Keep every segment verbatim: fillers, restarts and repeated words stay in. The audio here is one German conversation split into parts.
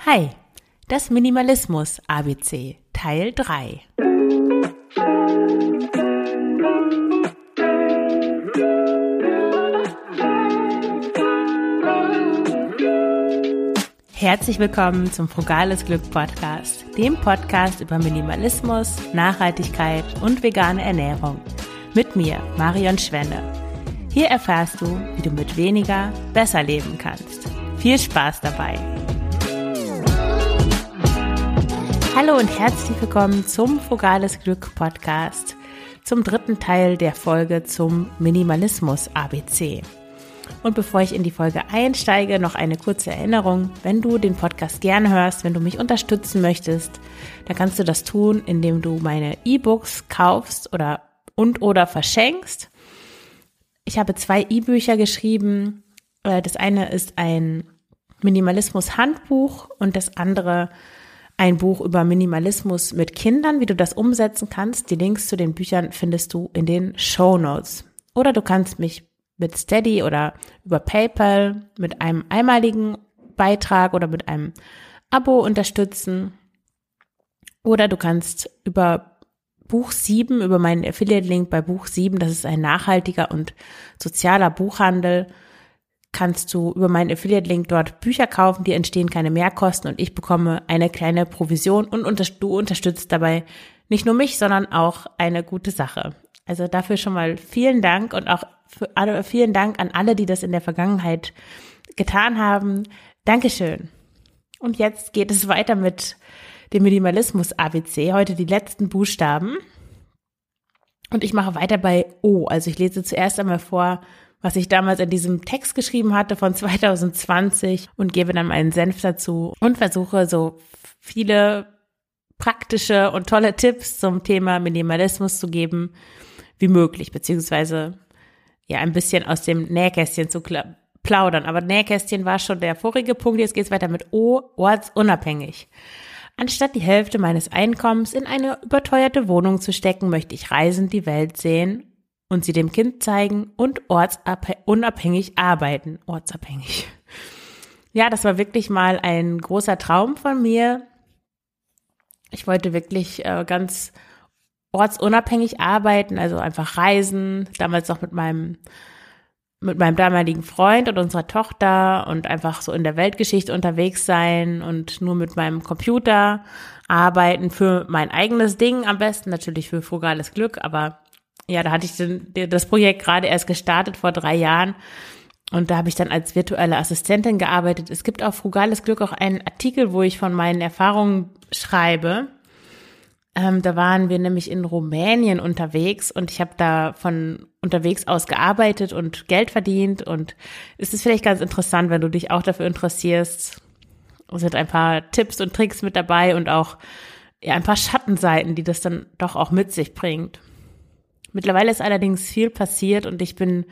Hi, das Minimalismus-A B C, Teil drei. Herzlich willkommen zum Frugales Glück Podcast, dem Podcast über Minimalismus, Nachhaltigkeit und vegane Ernährung. Mit mir, Marion Schwenne. Hier erfährst du, wie du mit weniger besser leben kannst. Viel Spaß dabei! Hallo und herzlich willkommen zum Frugales Glück Podcast, zum dritten Teil der Folge zum Minimalismus-A B C. Und bevor ich in die Folge einsteige, noch eine kurze Erinnerung. Wenn du den Podcast gerne hörst, wenn du mich unterstützen möchtest, dann kannst du das tun, indem du meine E-Books kaufst oder und oder verschenkst. Ich habe zwei E-Bücher geschrieben. Das eine ist ein Minimalismus-Handbuch und das andere ein Buch über Minimalismus mit Kindern, wie du das umsetzen kannst. Die Links zu den Büchern findest du in den Shownotes. Oder du kannst mich mit Steady oder über PayPal mit einem einmaligen Beitrag oder mit einem Abo unterstützen. Oder du kannst über Buch sieben, über meinen Affiliate-Link bei Buch sieben, das ist ein nachhaltiger und sozialer Buchhandel, kannst du über meinen Affiliate-Link dort Bücher kaufen, die entstehen keine Mehrkosten und ich bekomme eine kleine Provision und unter, du unterstützt dabei nicht nur mich, sondern auch eine gute Sache. Also dafür schon mal vielen Dank und auch für alle, vielen Dank an alle, die das in der Vergangenheit getan haben. Dankeschön. Und jetzt geht es weiter mit dem Minimalismus-A B C. Heute die letzten Buchstaben. Und ich mache weiter bei O. Also ich lese zuerst einmal vor, was ich damals in diesem Text geschrieben hatte von zwanzig zwanzig und gebe dann meinen Senf dazu und versuche so viele praktische und tolle Tipps zum Thema Minimalismus zu geben wie möglich, beziehungsweise ja ein bisschen aus dem Nähkästchen zu plaudern. Aber Nähkästchen war schon der vorige Punkt, jetzt geht es weiter mit O, ortsunabhängig. Anstatt die Hälfte meines Einkommens in eine überteuerte Wohnung zu stecken, möchte ich reisend die Welt sehen und sie dem Kind zeigen und ortsunabhängig arbeiten. Ortsabhängig. Ja, das war wirklich mal ein großer Traum von mir. Ich wollte wirklich äh, ganz ortsunabhängig arbeiten, also einfach reisen, damals auch mit meinem mit meinem damaligen Freund und unserer Tochter und einfach so in der Weltgeschichte unterwegs sein und nur mit meinem Computer arbeiten für mein eigenes Ding, am besten natürlich für frugales Glück, aber ja, da hatte ich den, das Projekt gerade erst gestartet vor drei Jahren und da habe ich dann als virtuelle Assistentin gearbeitet. Es gibt auf Frugales Glück auch einen Artikel, wo ich von meinen Erfahrungen schreibe. Ähm, da waren wir nämlich in Rumänien unterwegs und ich habe da von unterwegs aus gearbeitet und Geld verdient und es ist vielleicht ganz interessant, wenn du dich auch dafür interessierst. Es sind ein paar Tipps und Tricks mit dabei und auch ja, ein paar Schattenseiten, die das dann doch auch mit sich bringt. Mittlerweile ist allerdings viel passiert und ich bin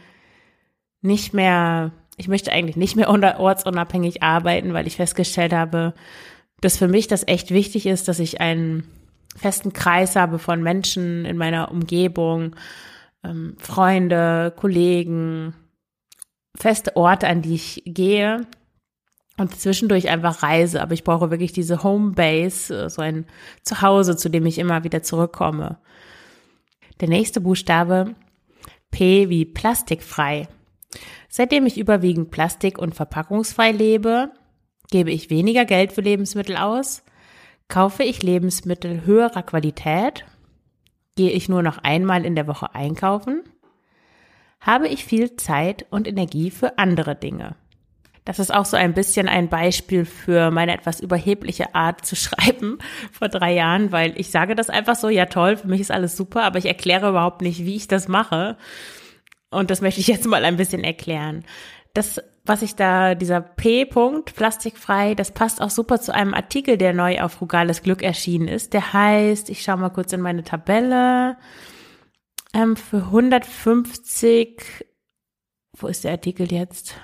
nicht mehr, ich möchte eigentlich nicht mehr ortsunabhängig arbeiten, weil ich festgestellt habe, dass für mich das echt wichtig ist, dass ich einen festen Kreis habe von Menschen in meiner Umgebung, ähm, Freunde, Kollegen, feste Orte, an die ich gehe und zwischendurch einfach reise. Aber ich brauche wirklich diese Homebase, so ein Zuhause, zu dem ich immer wieder zurückkomme. Der nächste Buchstabe, P wie plastikfrei. Seitdem ich überwiegend plastik- und verpackungsfrei lebe, gebe ich weniger Geld für Lebensmittel aus, kaufe ich Lebensmittel höherer Qualität, gehe ich nur noch einmal in der Woche einkaufen, habe ich viel Zeit und Energie für andere Dinge. Das ist auch so ein bisschen ein Beispiel für meine etwas überhebliche Art zu schreiben vor drei Jahren, weil ich sage das einfach so, ja toll, für mich ist alles super, aber ich erkläre überhaupt nicht, wie ich das mache. Und das möchte ich jetzt mal ein bisschen erklären. Das, was ich da, dieser P-Punkt, plastikfrei, das passt auch super zu einem Artikel, der neu auf Frugales Glück erschienen ist. Der heißt, ich schaue mal kurz in meine Tabelle, ähm, für hundertfünfzig, wo ist der Artikel jetzt?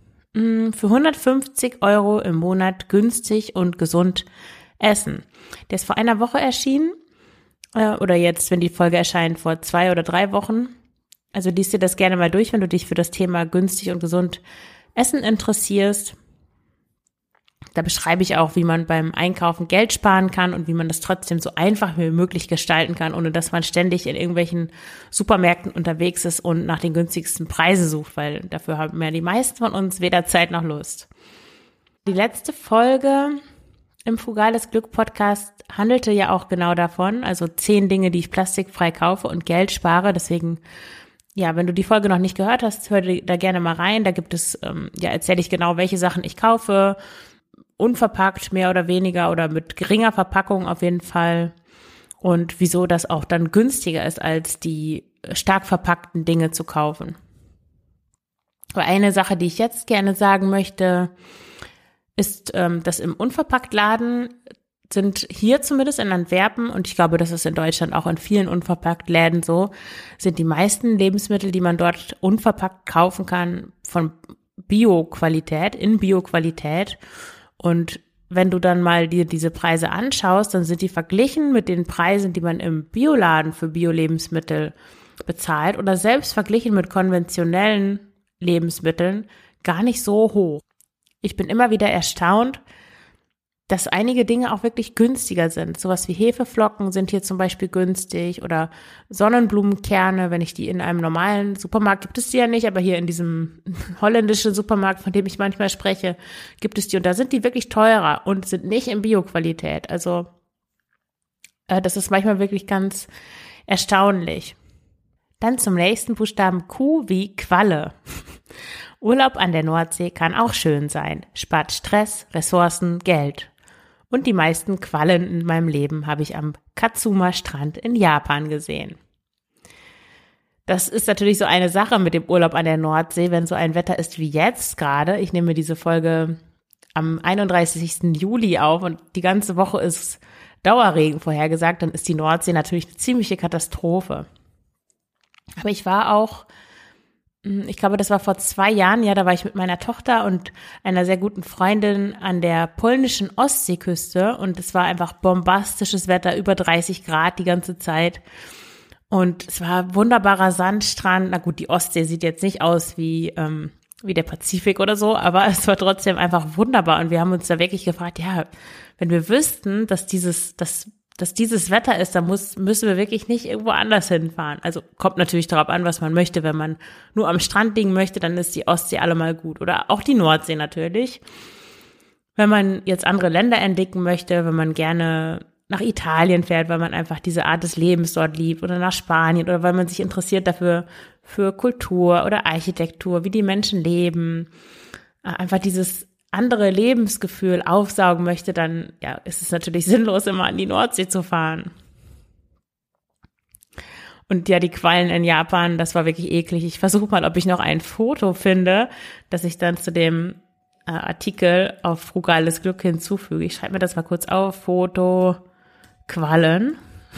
Für hundertfünfzig Euro im Monat günstig und gesund essen. Der ist vor einer Woche erschienen äh, oder jetzt, wenn die Folge erscheint, vor zwei oder drei Wochen. Also liest dir das gerne mal durch, wenn du dich für das Thema günstig und gesund Essen interessierst. Da beschreibe ich auch, wie man beim Einkaufen Geld sparen kann und wie man das trotzdem so einfach wie möglich gestalten kann, ohne dass man ständig in irgendwelchen Supermärkten unterwegs ist und nach den günstigsten Preisen sucht, weil dafür haben ja die meisten von uns weder Zeit noch Lust. Die letzte Folge im Frugales Glück Podcast handelte ja auch genau davon, also zehn Dinge, die ich plastikfrei kaufe und Geld spare. Deswegen, ja, wenn du die Folge noch nicht gehört hast, hör da gerne mal rein. Da gibt es, ähm, ja, erzähle ich genau, welche Sachen ich kaufe, unverpackt mehr oder weniger oder mit geringer Verpackung auf jeden Fall und wieso das auch dann günstiger ist, als die stark verpackten Dinge zu kaufen. Aber eine Sache, die ich jetzt gerne sagen möchte, ist, ähm, dass im Unverpacktladen sind hier zumindest in Antwerpen, und ich glaube, das ist in Deutschland auch in vielen Unverpacktläden so, sind die meisten Lebensmittel, die man dort unverpackt kaufen kann, von Bio-Qualität, in Bio-Qualität. Und wenn du dann mal dir diese Preise anschaust, dann sind die verglichen mit den Preisen, die man im Bioladen für Bio-Lebensmittel bezahlt oder selbst verglichen mit konventionellen Lebensmitteln gar nicht so hoch. Ich bin immer wieder erstaunt, dass einige Dinge auch wirklich günstiger sind. Sowas wie Hefeflocken sind hier zum Beispiel günstig oder Sonnenblumenkerne, wenn ich die in einem normalen Supermarkt, gibt es die ja nicht, aber hier in diesem holländischen Supermarkt, von dem ich manchmal spreche, gibt es die und da sind die wirklich teurer und sind nicht in Bio-Qualität. Also äh, das ist manchmal wirklich ganz erstaunlich. Dann zum nächsten Buchstaben Q wie Qualle. Urlaub an der Nordsee kann auch schön sein, spart Stress, Ressourcen, Geld. Und die meisten Quallen in meinem Leben habe ich am Katsuma-Strand in Japan gesehen. Das ist natürlich so eine Sache mit dem Urlaub an der Nordsee, wenn so ein Wetter ist wie jetzt gerade. Ich nehme diese Folge am einunddreißigsten Juli auf und die ganze Woche ist Dauerregen vorhergesagt, dann ist die Nordsee natürlich eine ziemliche Katastrophe. Aber ich war auch Ich glaube, das war vor zwei Jahren, ja, da war ich mit meiner Tochter und einer sehr guten Freundin an der polnischen Ostseeküste und es war einfach bombastisches Wetter, über dreißig Grad die ganze Zeit und es war wunderbarer Sandstrand. Na gut, die Ostsee sieht jetzt nicht aus wie ähm, wie der Pazifik oder so, aber es war trotzdem einfach wunderbar und wir haben uns da wirklich gefragt, ja, wenn wir wüssten, dass dieses, dass dass dieses Wetter ist, dann muss, müssen wir wirklich nicht irgendwo anders hinfahren. Also kommt natürlich darauf an, was man möchte. Wenn man nur am Strand liegen möchte, dann ist die Ostsee allemal gut. Oder auch die Nordsee natürlich. Wenn man jetzt andere Länder entdecken möchte, wenn man gerne nach Italien fährt, weil man einfach diese Art des Lebens dort liebt, oder nach Spanien, oder weil man sich interessiert dafür, für Kultur oder Architektur, wie die Menschen leben, einfach dieses andere Lebensgefühl aufsaugen möchte, dann ja, ist es natürlich sinnlos, immer an die Nordsee zu fahren. Und ja, die Quallen in Japan, das war wirklich eklig. Ich versuche mal, ob ich noch ein Foto finde, das ich dann zu dem äh, Artikel auf Frugales Glück hinzufüge. Ich schreibe mir das mal kurz auf. Foto Quallen.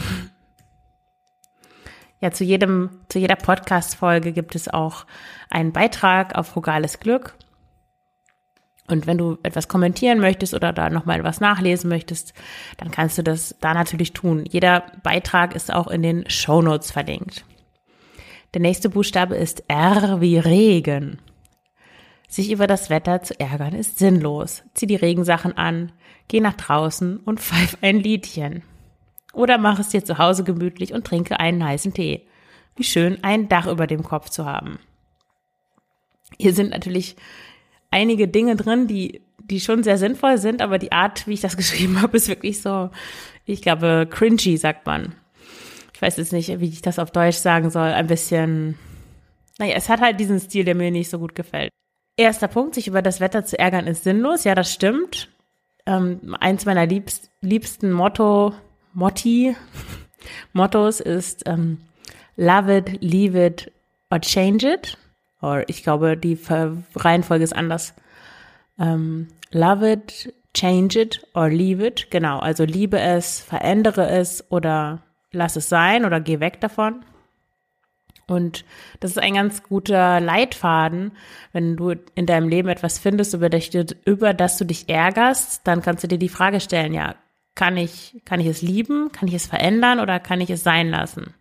Ja, zu jedem, zu jeder Podcast-Folge gibt es auch einen Beitrag auf Frugales Glück. Und wenn du etwas kommentieren möchtest oder da nochmal was nachlesen möchtest, dann kannst du das da natürlich tun. Jeder Beitrag ist auch in den Shownotes verlinkt. Der nächste Buchstabe ist R wie Regen. Sich über das Wetter zu ärgern ist sinnlos. Zieh die Regensachen an, geh nach draußen und pfeif ein Liedchen. Oder mach es dir zu Hause gemütlich und trinke einen heißen Tee. Wie schön, ein Dach über dem Kopf zu haben. Hier sind natürlich einige Dinge drin, die die schon sehr sinnvoll sind, aber die Art, wie ich das geschrieben habe, ist wirklich so, ich glaube, cringy, sagt man. Ich weiß jetzt nicht, wie ich das auf Deutsch sagen soll, ein bisschen, naja, es hat halt diesen Stil, der mir nicht so gut gefällt. Erster Punkt, sich über das Wetter zu ärgern, ist sinnlos. Ja, das stimmt. Ähm, eins meiner liebst, liebsten Motto, Motti, Mottos ist ähm, love it, leave it or change it. Oder ich glaube, die Reihenfolge ist anders. Um, love it, change it or leave it. Genau, also liebe es, verändere es oder lass es sein oder geh weg davon. Und das ist ein ganz guter Leitfaden. Wenn du in deinem Leben etwas findest, über das, über das du dich ärgerst, dann kannst du dir die Frage stellen, ja, kann ich, kann ich es lieben, kann ich es verändern oder kann ich es sein lassen?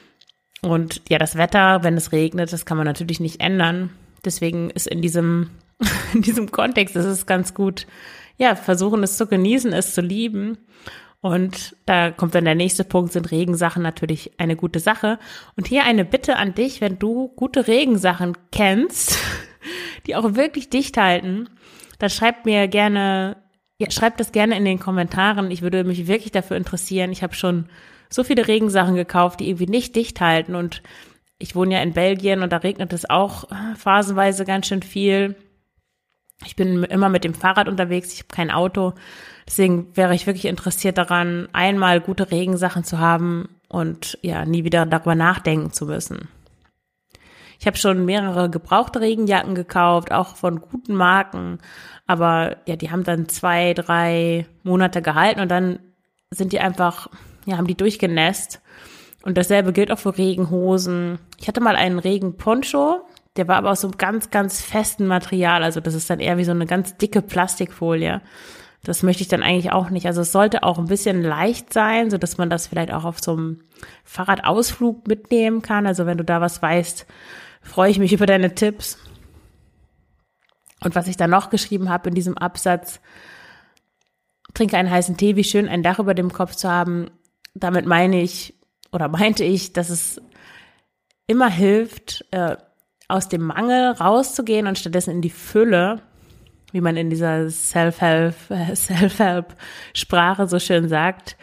Und ja, das Wetter, wenn es regnet, das kann man natürlich nicht ändern. Deswegen ist in diesem in diesem Kontext ist es ganz gut, ja, versuchen es zu genießen, es zu lieben. Und da kommt dann der nächste Punkt, sind Regensachen natürlich eine gute Sache. Und hier eine Bitte an dich, wenn du gute Regensachen kennst, die auch wirklich dicht halten, dann schreib mir gerne, ja, schreib das gerne in den Kommentaren. Ich würde mich wirklich dafür interessieren. Ich habe schon so viele Regensachen gekauft, die irgendwie nicht dicht halten. Und ich wohne ja in Belgien und da regnet es auch phasenweise ganz schön viel. Ich bin immer mit dem Fahrrad unterwegs, ich habe kein Auto. Deswegen wäre ich wirklich interessiert daran, einmal gute Regensachen zu haben und ja, nie wieder darüber nachdenken zu müssen. Ich habe schon mehrere gebrauchte Regenjacken gekauft, auch von guten Marken. Aber ja, die haben dann zwei, drei Monate gehalten und dann sind die einfach, ja, haben die durchgenässt. Und dasselbe gilt auch für Regenhosen. Ich hatte mal einen Regenponcho, der war aber aus so einem ganz, ganz festen Material. Also das ist dann eher wie so eine ganz dicke Plastikfolie. Das möchte ich dann eigentlich auch nicht. Also es sollte auch ein bisschen leicht sein, so dass man das vielleicht auch auf so einem Fahrradausflug mitnehmen kann. Also wenn du da was weißt, freue ich mich über deine Tipps. Und was ich da noch geschrieben habe in diesem Absatz, trinke einen heißen Tee, wie schön, ein Dach über dem Kopf zu haben. Damit meine ich oder meinte ich, dass es immer hilft, äh, aus dem Mangel rauszugehen und stattdessen in die Fülle, wie man in dieser Self-Help, Self-Help-Sprache so schön sagt,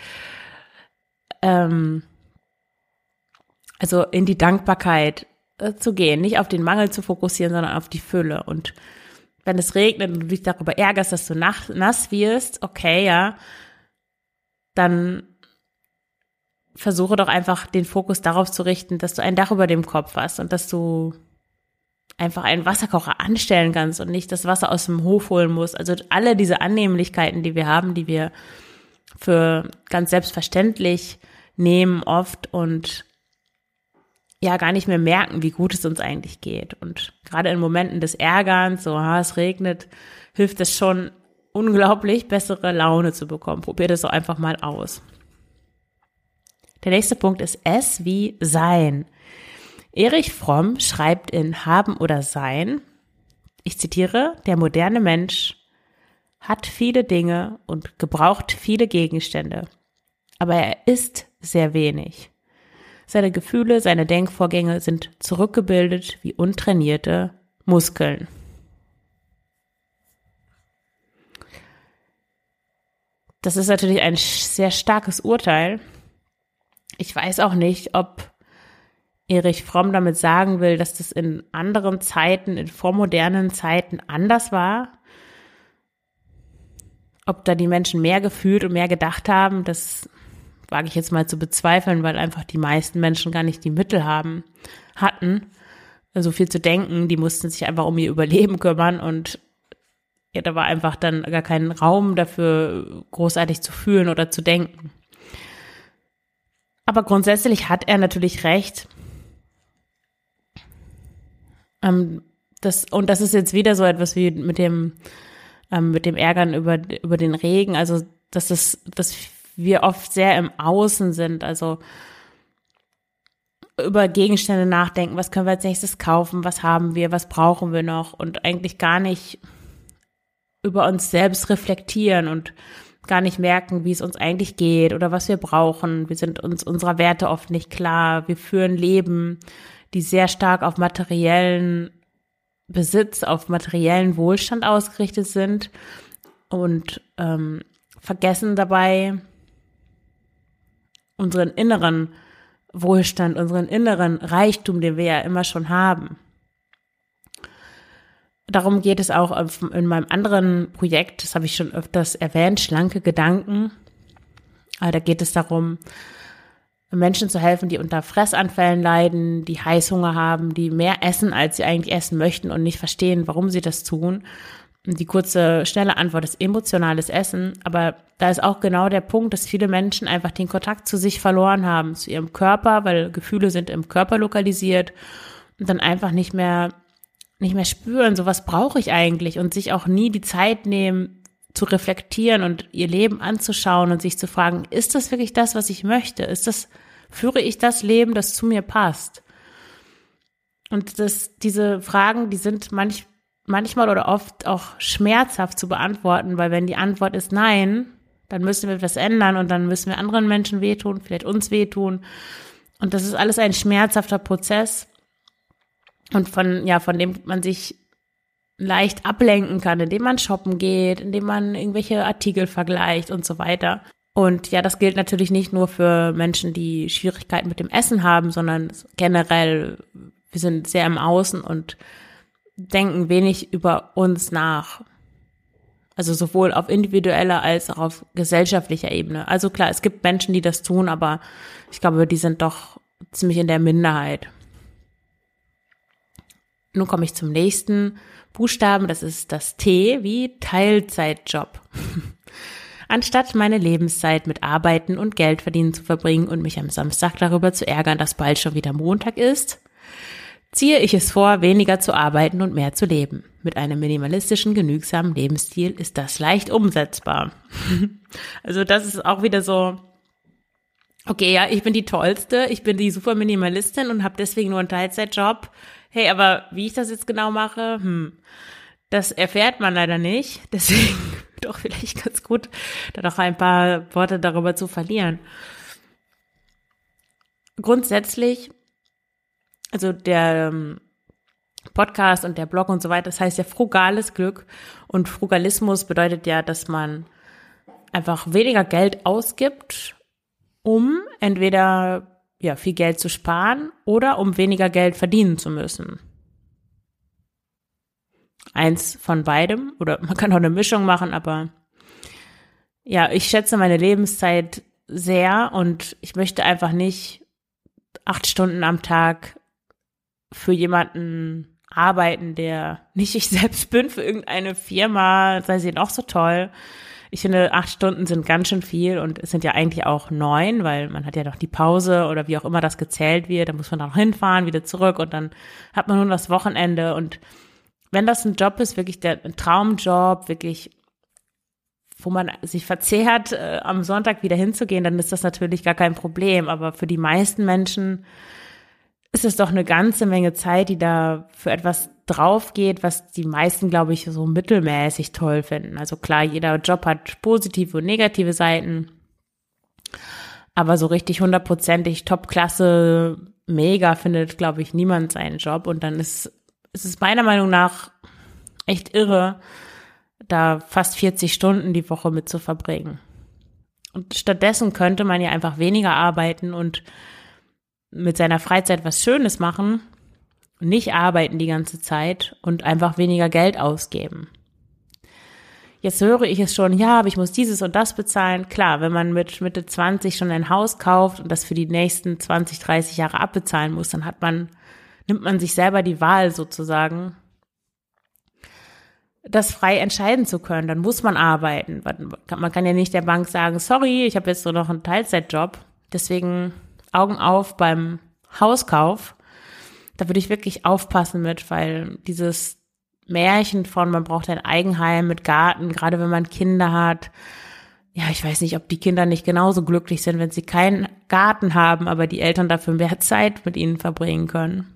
ähm, also in die Dankbarkeit äh, zu gehen, nicht auf den Mangel zu fokussieren, sondern auf die Fülle. Und wenn es regnet und du dich darüber ärgerst, dass du nach, nass wirst, okay, ja, dann versuche doch einfach den Fokus darauf zu richten, dass du ein Dach über dem Kopf hast und dass du einfach einen Wasserkocher anstellen kannst und nicht das Wasser aus dem Hof holen musst. Also alle diese Annehmlichkeiten, die wir haben, die wir für ganz selbstverständlich nehmen oft und ja gar nicht mehr merken, wie gut es uns eigentlich geht. Und gerade in Momenten des Ärgerns, so ha, es regnet, hilft es schon unglaublich, bessere Laune zu bekommen. Probier das doch einfach mal aus. Der nächste Punkt ist S wie Sein. Erich Fromm schreibt in Haben oder Sein, ich zitiere, der moderne Mensch hat viele Dinge und gebraucht viele Gegenstände, aber er ist sehr wenig. Seine Gefühle, seine Denkvorgänge sind zurückgebildet wie untrainierte Muskeln. Das ist natürlich ein sehr starkes Urteil. Ich weiß auch nicht, ob Erich Fromm damit sagen will, dass das in anderen Zeiten, in vormodernen Zeiten anders war. Ob da die Menschen mehr gefühlt und mehr gedacht haben, das wage ich jetzt mal zu bezweifeln, weil einfach die meisten Menschen gar nicht die Mittel haben, hatten, so viel zu denken. Die mussten sich einfach um ihr Überleben kümmern und ja, da war einfach dann gar kein Raum dafür, großartig zu fühlen oder zu denken. Aber grundsätzlich hat er natürlich recht. Ähm, das, und das ist jetzt wieder so etwas wie mit dem, ähm, mit dem Ärgern über, über den Regen. Also, dass es, dass wir oft sehr im Außen sind. Also, über Gegenstände nachdenken. Was können wir als nächstes kaufen? Was haben wir? Was brauchen wir noch? Und eigentlich gar nicht über uns selbst reflektieren und gar nicht merken, wie es uns eigentlich geht oder was wir brauchen. Wir sind uns unserer Werte oft nicht klar. Wir führen Leben, die sehr stark auf materiellen Besitz, auf materiellen Wohlstand ausgerichtet sind und ähm, vergessen dabei unseren inneren Wohlstand, unseren inneren Reichtum, den wir ja immer schon haben. Darum geht es auch in meinem anderen Projekt, das habe ich schon öfters erwähnt, schlanke Gedanken. Da geht es darum, Menschen zu helfen, die unter Fressanfällen leiden, die Heißhunger haben, die mehr essen, als sie eigentlich essen möchten und nicht verstehen, warum sie das tun. Und die kurze, schnelle Antwort ist emotionales Essen. Aber da ist auch genau der Punkt, dass viele Menschen einfach den Kontakt zu sich verloren haben, zu ihrem Körper, weil Gefühle sind im Körper lokalisiert und dann einfach nicht mehr nicht mehr spüren, so was brauche ich eigentlich und sich auch nie die Zeit nehmen, zu reflektieren und ihr Leben anzuschauen und sich zu fragen, ist das wirklich das, was ich möchte? Ist das, führe ich das Leben, das zu mir passt? Und das, diese Fragen, die sind manch, manchmal oder oft auch schmerzhaft zu beantworten, weil wenn die Antwort ist nein, dann müssen wir etwas ändern und dann müssen wir anderen Menschen wehtun, vielleicht uns wehtun. Und das ist alles ein schmerzhafter Prozess und von, ja, von dem man sich leicht ablenken kann, indem man shoppen geht, indem man irgendwelche Artikel vergleicht und so weiter. Und ja, das gilt natürlich nicht nur für Menschen, die Schwierigkeiten mit dem Essen haben, sondern generell, wir sind sehr im Außen und denken wenig über uns nach. Also sowohl auf individueller als auch auf gesellschaftlicher Ebene. Also klar, es gibt Menschen, die das tun, aber ich glaube, die sind doch ziemlich in der Minderheit. Nun komme ich zum nächsten Buchstaben, das ist das T wie Teilzeitjob. Anstatt meine Lebenszeit mit Arbeiten und Geld verdienen zu verbringen und mich am Samstag darüber zu ärgern, dass bald schon wieder Montag ist, ziehe ich es vor, weniger zu arbeiten und mehr zu leben. Mit einem minimalistischen, genügsamen Lebensstil ist das leicht umsetzbar. Also das ist auch wieder so, okay, ja, ich bin die Tollste, ich bin die super Minimalistin und habe deswegen nur einen Teilzeitjob. Hey, aber wie ich das jetzt genau mache, hm, das erfährt man leider nicht. Deswegen doch vielleicht ganz gut, da noch ein paar Worte darüber zu verlieren. Grundsätzlich, also der Podcast und der Blog und so weiter, das heißt ja frugales Glück. Und Frugalismus bedeutet ja, dass man einfach weniger Geld ausgibt, um entweder ja, viel Geld zu sparen oder um weniger Geld verdienen zu müssen. Eins von beidem oder man kann auch eine Mischung machen, aber ja, ich schätze meine Lebenszeit sehr und ich möchte einfach nicht acht Stunden am Tag für jemanden arbeiten, der nicht ich selbst bin, für irgendeine Firma, sei sie noch so toll. Ich finde, acht Stunden sind ganz schön viel und es sind ja eigentlich auch neun, weil man hat ja noch die Pause oder wie auch immer das gezählt wird. Da muss man dann noch hinfahren, wieder zurück und dann hat man nur das Wochenende. Und wenn das ein Job ist, wirklich der ein Traumjob, wirklich, wo man sich verzehrt, äh, am Sonntag wieder hinzugehen, dann ist das natürlich gar kein Problem. Aber für die meisten Menschen ist es doch eine ganze Menge Zeit, die da für etwas drauf geht, was die meisten, glaube ich, so mittelmäßig toll finden. Also klar, jeder Job hat positive und negative Seiten, aber so richtig hundertprozentig Top-Klasse, mega findet, glaube ich, niemand seinen Job. Und dann ist, ist es meiner Meinung nach echt irre, da fast vierzig Stunden die Woche mit zu verbringen. Und stattdessen könnte man ja einfach weniger arbeiten und mit seiner Freizeit was Schönes machen, nicht arbeiten die ganze Zeit und einfach weniger Geld ausgeben. Jetzt höre ich es schon, ja, aber ich muss dieses und das bezahlen. Klar, wenn man mit Mitte zwanzig schon ein Haus kauft und das für die nächsten zwanzig, dreißig Jahre abbezahlen muss, dann hat man, nimmt man sich selber die Wahl sozusagen, das frei entscheiden zu können. Dann muss man arbeiten. Man kann ja nicht der Bank sagen, sorry, ich habe jetzt nur noch einen Teilzeitjob. Deswegen Augen auf beim Hauskauf. Da würde ich wirklich aufpassen mit, weil dieses Märchen von, man braucht ein Eigenheim mit Garten, gerade wenn man Kinder hat. Ja, ich weiß nicht, ob die Kinder nicht genauso glücklich sind, wenn sie keinen Garten haben, aber die Eltern dafür mehr Zeit mit ihnen verbringen können.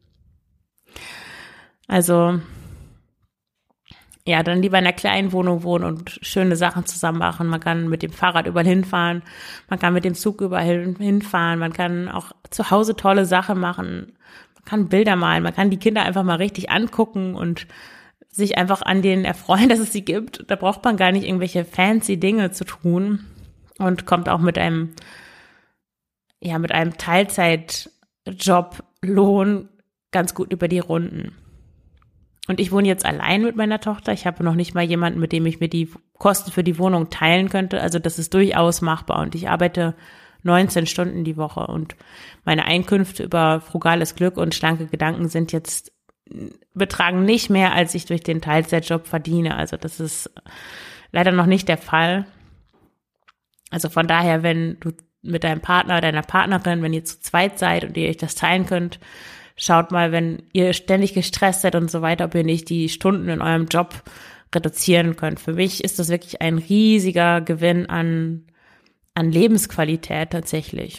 Also, ja, dann lieber in einer kleinen Wohnung wohnen und schöne Sachen zusammen machen. Man kann mit dem Fahrrad überall hinfahren, man kann mit dem Zug überall hinfahren, man kann auch zu Hause tolle Sachen machen. Kann Bilder malen, man kann die Kinder einfach mal richtig angucken und sich einfach an denen erfreuen, dass es sie gibt. Da braucht man gar nicht irgendwelche fancy Dinge zu tun und kommt auch mit einem, ja, mit einem Teilzeitjoblohn ganz gut über die Runden. Und ich wohne jetzt allein mit meiner Tochter. Ich habe noch nicht mal jemanden, mit dem ich mir die Kosten für die Wohnung teilen könnte. Also das ist durchaus machbar und ich arbeite neunzehn Stunden die Woche und meine Einkünfte über frugales Glück und schlanke Gedanken sind jetzt, betragen nicht mehr, als ich durch den Teilzeitjob verdiene. Also das ist leider noch nicht der Fall. Also von daher, wenn du mit deinem Partner, deiner Partnerin, wenn ihr zu zweit seid und ihr euch das teilen könnt, schaut mal, wenn ihr ständig gestresst seid und so weiter, ob ihr nicht die Stunden in eurem Job reduzieren könnt. Für mich ist das wirklich ein riesiger Gewinn an an Lebensqualität tatsächlich.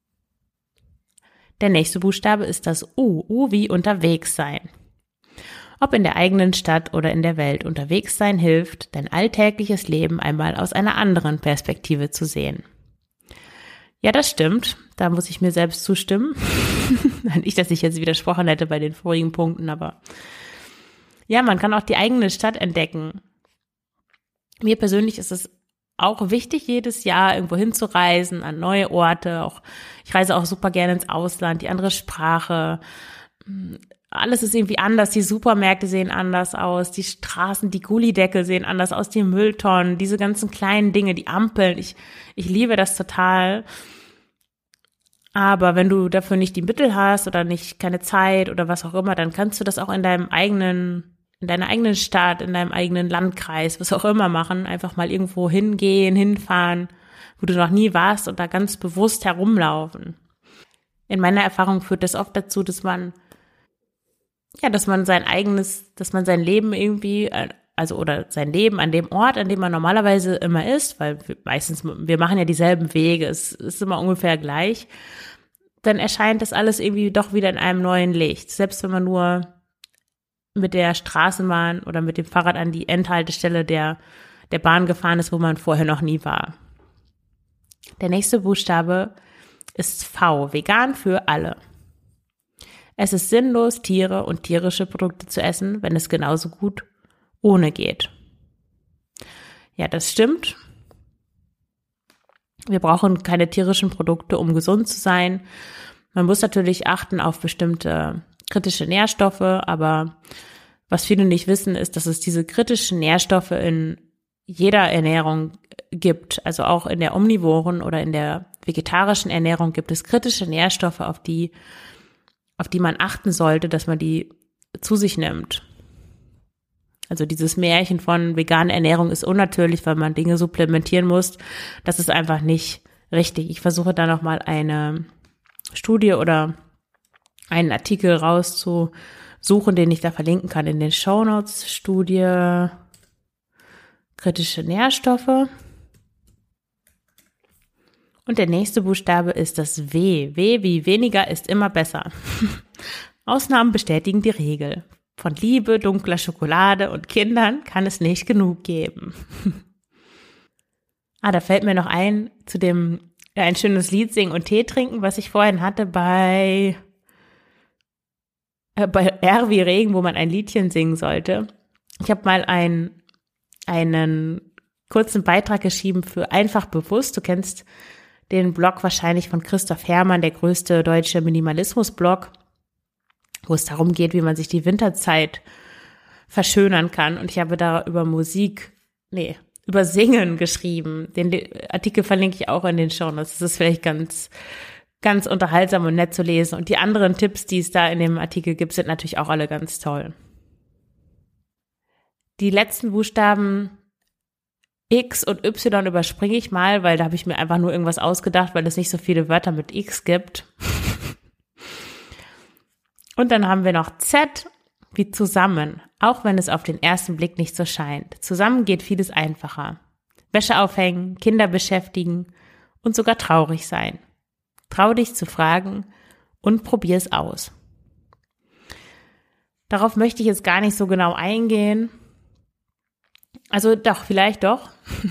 Der nächste Buchstabe ist das U, U wie unterwegs sein. Ob in der eigenen Stadt oder in der Welt unterwegs sein hilft, dein alltägliches Leben einmal aus einer anderen Perspektive zu sehen. Ja, das stimmt. Da muss ich mir selbst zustimmen. Nicht, dass ich jetzt widersprochen hätte bei den vorigen Punkten, aber ja, man kann auch die eigene Stadt entdecken. Mir persönlich ist es auch wichtig, jedes Jahr irgendwo hinzureisen, an neue Orte. Auch ich reise auch super gerne ins Ausland, die andere Sprache. Alles ist irgendwie anders. Die Supermärkte sehen anders aus. Die Straßen, die Gullideckel sehen anders aus. Die Mülltonnen, diese ganzen kleinen Dinge, die Ampeln. Ich, ich liebe das total. Aber wenn du dafür nicht die Mittel hast oder nicht keine Zeit oder was auch immer, dann kannst du das auch in deinem eigenen in deiner eigenen Stadt, in deinem eigenen Landkreis, was auch immer machen, einfach mal irgendwo hingehen, hinfahren, wo du noch nie warst und da ganz bewusst herumlaufen. In meiner Erfahrung führt das oft dazu, dass man, ja, dass man sein eigenes, dass man sein Leben irgendwie, also oder sein Leben an dem Ort, an dem man normalerweise immer ist, weil wir meistens, wir machen ja dieselben Wege, es ist immer ungefähr gleich, dann erscheint das alles irgendwie doch wieder in einem neuen Licht. Selbst wenn man nur mit der Straßenbahn oder mit dem Fahrrad an die Endhaltestelle der, der Bahn gefahren ist, wo man vorher noch nie war. Der nächste Buchstabe ist V, vegan für alle. Es ist sinnlos, Tiere und tierische Produkte zu essen, wenn es genauso gut ohne geht. Ja, das stimmt. Wir brauchen keine tierischen Produkte, um gesund zu sein. Man muss natürlich achten auf bestimmte kritische Nährstoffe, aber was viele nicht wissen, ist, dass es diese kritischen Nährstoffe in jeder Ernährung gibt. Also auch in der omnivoren oder in der vegetarischen Ernährung gibt es kritische Nährstoffe, auf die, auf die man achten sollte, dass man die zu sich nimmt. Also dieses Märchen von veganer Ernährung ist unnatürlich, weil man Dinge supplementieren muss. Das ist einfach nicht richtig. Ich versuche da nochmal eine Studie oder einen Artikel rauszusuchen, den ich da verlinken kann in den Shownotes. Studie kritische Nährstoffe. Und der nächste Buchstabe ist das W. W wie weniger ist immer besser. Ausnahmen bestätigen die Regel. Von Liebe, dunkler Schokolade und Kindern kann es nicht genug geben. Ah, da fällt mir noch ein, zu dem ja, ein schönes Lied singen und Tee trinken, was ich vorhin hatte bei bei R wie Regen, wo man ein Liedchen singen sollte. Ich habe mal ein, einen kurzen Beitrag geschrieben für Einfach Bewusst. Du kennst den Blog wahrscheinlich von Christoph Herrmann, der größte deutsche Minimalismus-Blog, wo es darum geht, wie man sich die Winterzeit verschönern kann. Und ich habe da über Musik, nee, über Singen geschrieben. Den Artikel verlinke ich auch in den Shownotes. Das ist vielleicht ganz ganz unterhaltsam und nett zu lesen. Und die anderen Tipps, die es da in dem Artikel gibt, sind natürlich auch alle ganz toll. Die letzten Buchstaben X und Y überspringe ich mal, weil da habe ich mir einfach nur irgendwas ausgedacht, weil es nicht so viele Wörter mit X gibt. Und dann haben wir noch Z wie zusammen, auch wenn es auf den ersten Blick nicht so scheint. Zusammen geht vieles einfacher. Wäsche aufhängen, Kinder beschäftigen und sogar traurig sein. Trau dich zu fragen und probier es aus. Darauf möchte ich jetzt gar nicht so genau eingehen. Also doch, vielleicht doch.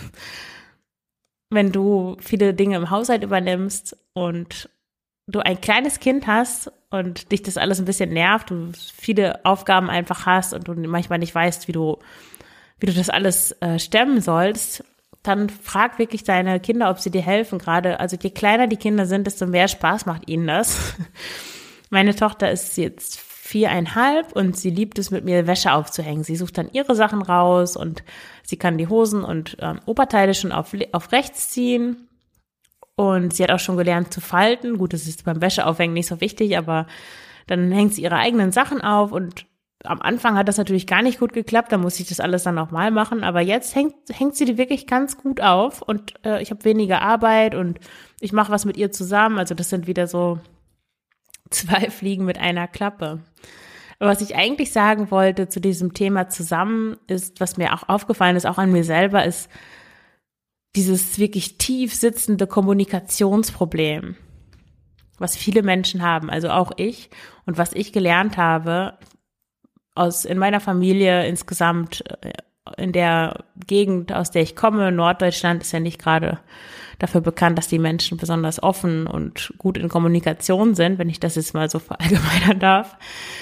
Wenn du viele Dinge im Haushalt übernimmst und du ein kleines Kind hast und dich das alles ein bisschen nervt, du viele Aufgaben einfach hast und du manchmal nicht weißt, wie du, wie du das alles äh, stemmen sollst, dann frag wirklich deine Kinder, ob sie dir helfen gerade. Also je kleiner die Kinder sind, desto mehr Spaß macht ihnen das. Meine Tochter ist jetzt viereinhalb und sie liebt es, mit mir Wäsche aufzuhängen. Sie sucht dann ihre Sachen raus und sie kann die Hosen und ähm, Oberteile schon auf, auf rechts ziehen. Und sie hat auch schon gelernt zu falten. Gut, das ist beim Wäscheaufhängen nicht so wichtig, aber dann hängt sie ihre eigenen Sachen auf und am Anfang hat das natürlich gar nicht gut geklappt, da muss ich das alles dann nochmal machen, aber jetzt hängt, hängt sie die wirklich ganz gut auf und äh, ich habe weniger Arbeit und ich mache was mit ihr zusammen, also das sind wieder so zwei Fliegen mit einer Klappe. Aber was ich eigentlich sagen wollte zu diesem Thema zusammen ist, was mir auch aufgefallen ist, auch an mir selber, ist dieses wirklich tief sitzende Kommunikationsproblem, was viele Menschen haben, also auch ich und was ich gelernt habe, aus in meiner Familie insgesamt, in der Gegend, aus der ich komme, Norddeutschland ist ja nicht gerade dafür bekannt, dass die Menschen besonders offen und gut in Kommunikation sind, wenn ich das jetzt mal so verallgemeinern darf.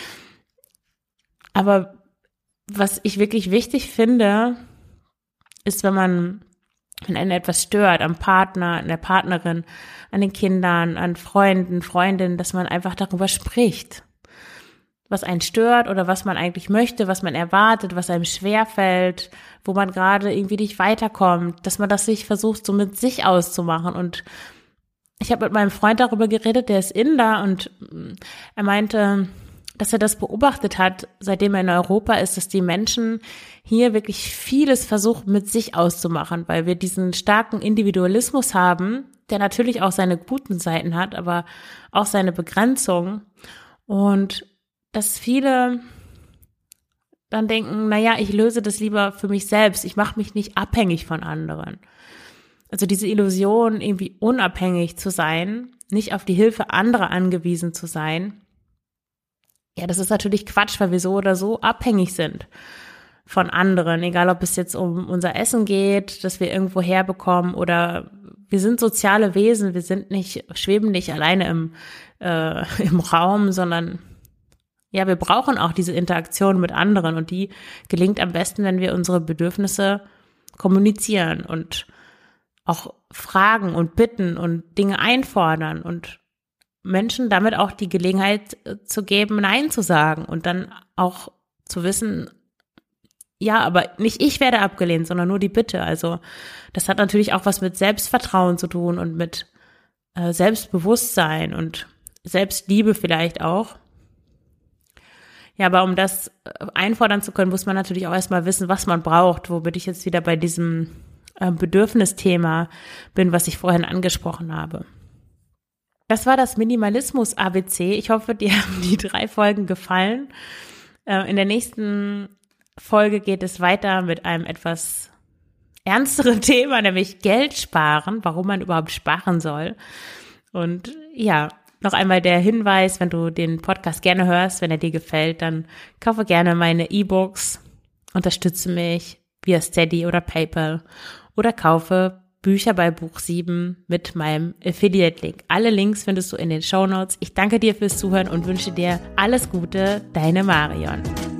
Aber was ich wirklich wichtig finde, ist, wenn man, wenn einen etwas stört, am Partner, an der Partnerin, an den Kindern, an Freunden, Freundinnen, dass man einfach darüber spricht, was einen stört oder was man eigentlich möchte, was man erwartet, was einem schwerfällt, wo man gerade irgendwie nicht weiterkommt, dass man das sich versucht, so mit sich auszumachen. Und ich habe mit meinem Freund darüber geredet, der ist Inder, und er meinte, dass er das beobachtet hat, seitdem er in Europa ist, dass die Menschen hier wirklich vieles versuchen, mit sich auszumachen, weil wir diesen starken Individualismus haben, der natürlich auch seine guten Seiten hat, aber auch seine Begrenzungen. Und dass viele dann denken, naja, ich löse das lieber für mich selbst, ich mache mich nicht abhängig von anderen. Also diese Illusion, irgendwie unabhängig zu sein, nicht auf die Hilfe anderer angewiesen zu sein, ja, das ist natürlich Quatsch, weil wir so oder so abhängig sind von anderen, egal ob es jetzt um unser Essen geht, das wir irgendwo herbekommen, oder wir sind soziale Wesen, wir sind nicht, schweben nicht alleine im, äh, im Raum, sondern ja, wir brauchen auch diese Interaktion mit anderen, und die gelingt am besten, wenn wir unsere Bedürfnisse kommunizieren und auch fragen und bitten und Dinge einfordern und Menschen damit auch die Gelegenheit zu geben, Nein zu sagen und dann auch zu wissen, ja, aber nicht ich werde abgelehnt, sondern nur die Bitte. Also das hat natürlich auch was mit Selbstvertrauen zu tun und mit äh, Selbstbewusstsein und Selbstliebe vielleicht auch. Ja, aber um das einfordern zu können, muss man natürlich auch erstmal wissen, was man braucht, womit ich jetzt wieder bei diesem äh, Bedürfnisthema bin, was ich vorhin angesprochen habe. Das war das Minimalismus-A B C. Ich hoffe, dir haben die drei Folgen gefallen. Äh, in der nächsten Folge geht es weiter mit einem etwas ernsteren Thema, nämlich Geld sparen, warum man überhaupt sparen soll. Und ja, noch einmal der Hinweis, wenn du den Podcast gerne hörst, wenn er dir gefällt, dann kaufe gerne meine E-Books, unterstütze mich via Steady oder PayPal oder kaufe Bücher bei Buch sieben mit meinem Affiliate-Link. Alle Links findest du in den Shownotes. Ich danke dir fürs Zuhören und wünsche dir alles Gute, deine Marion.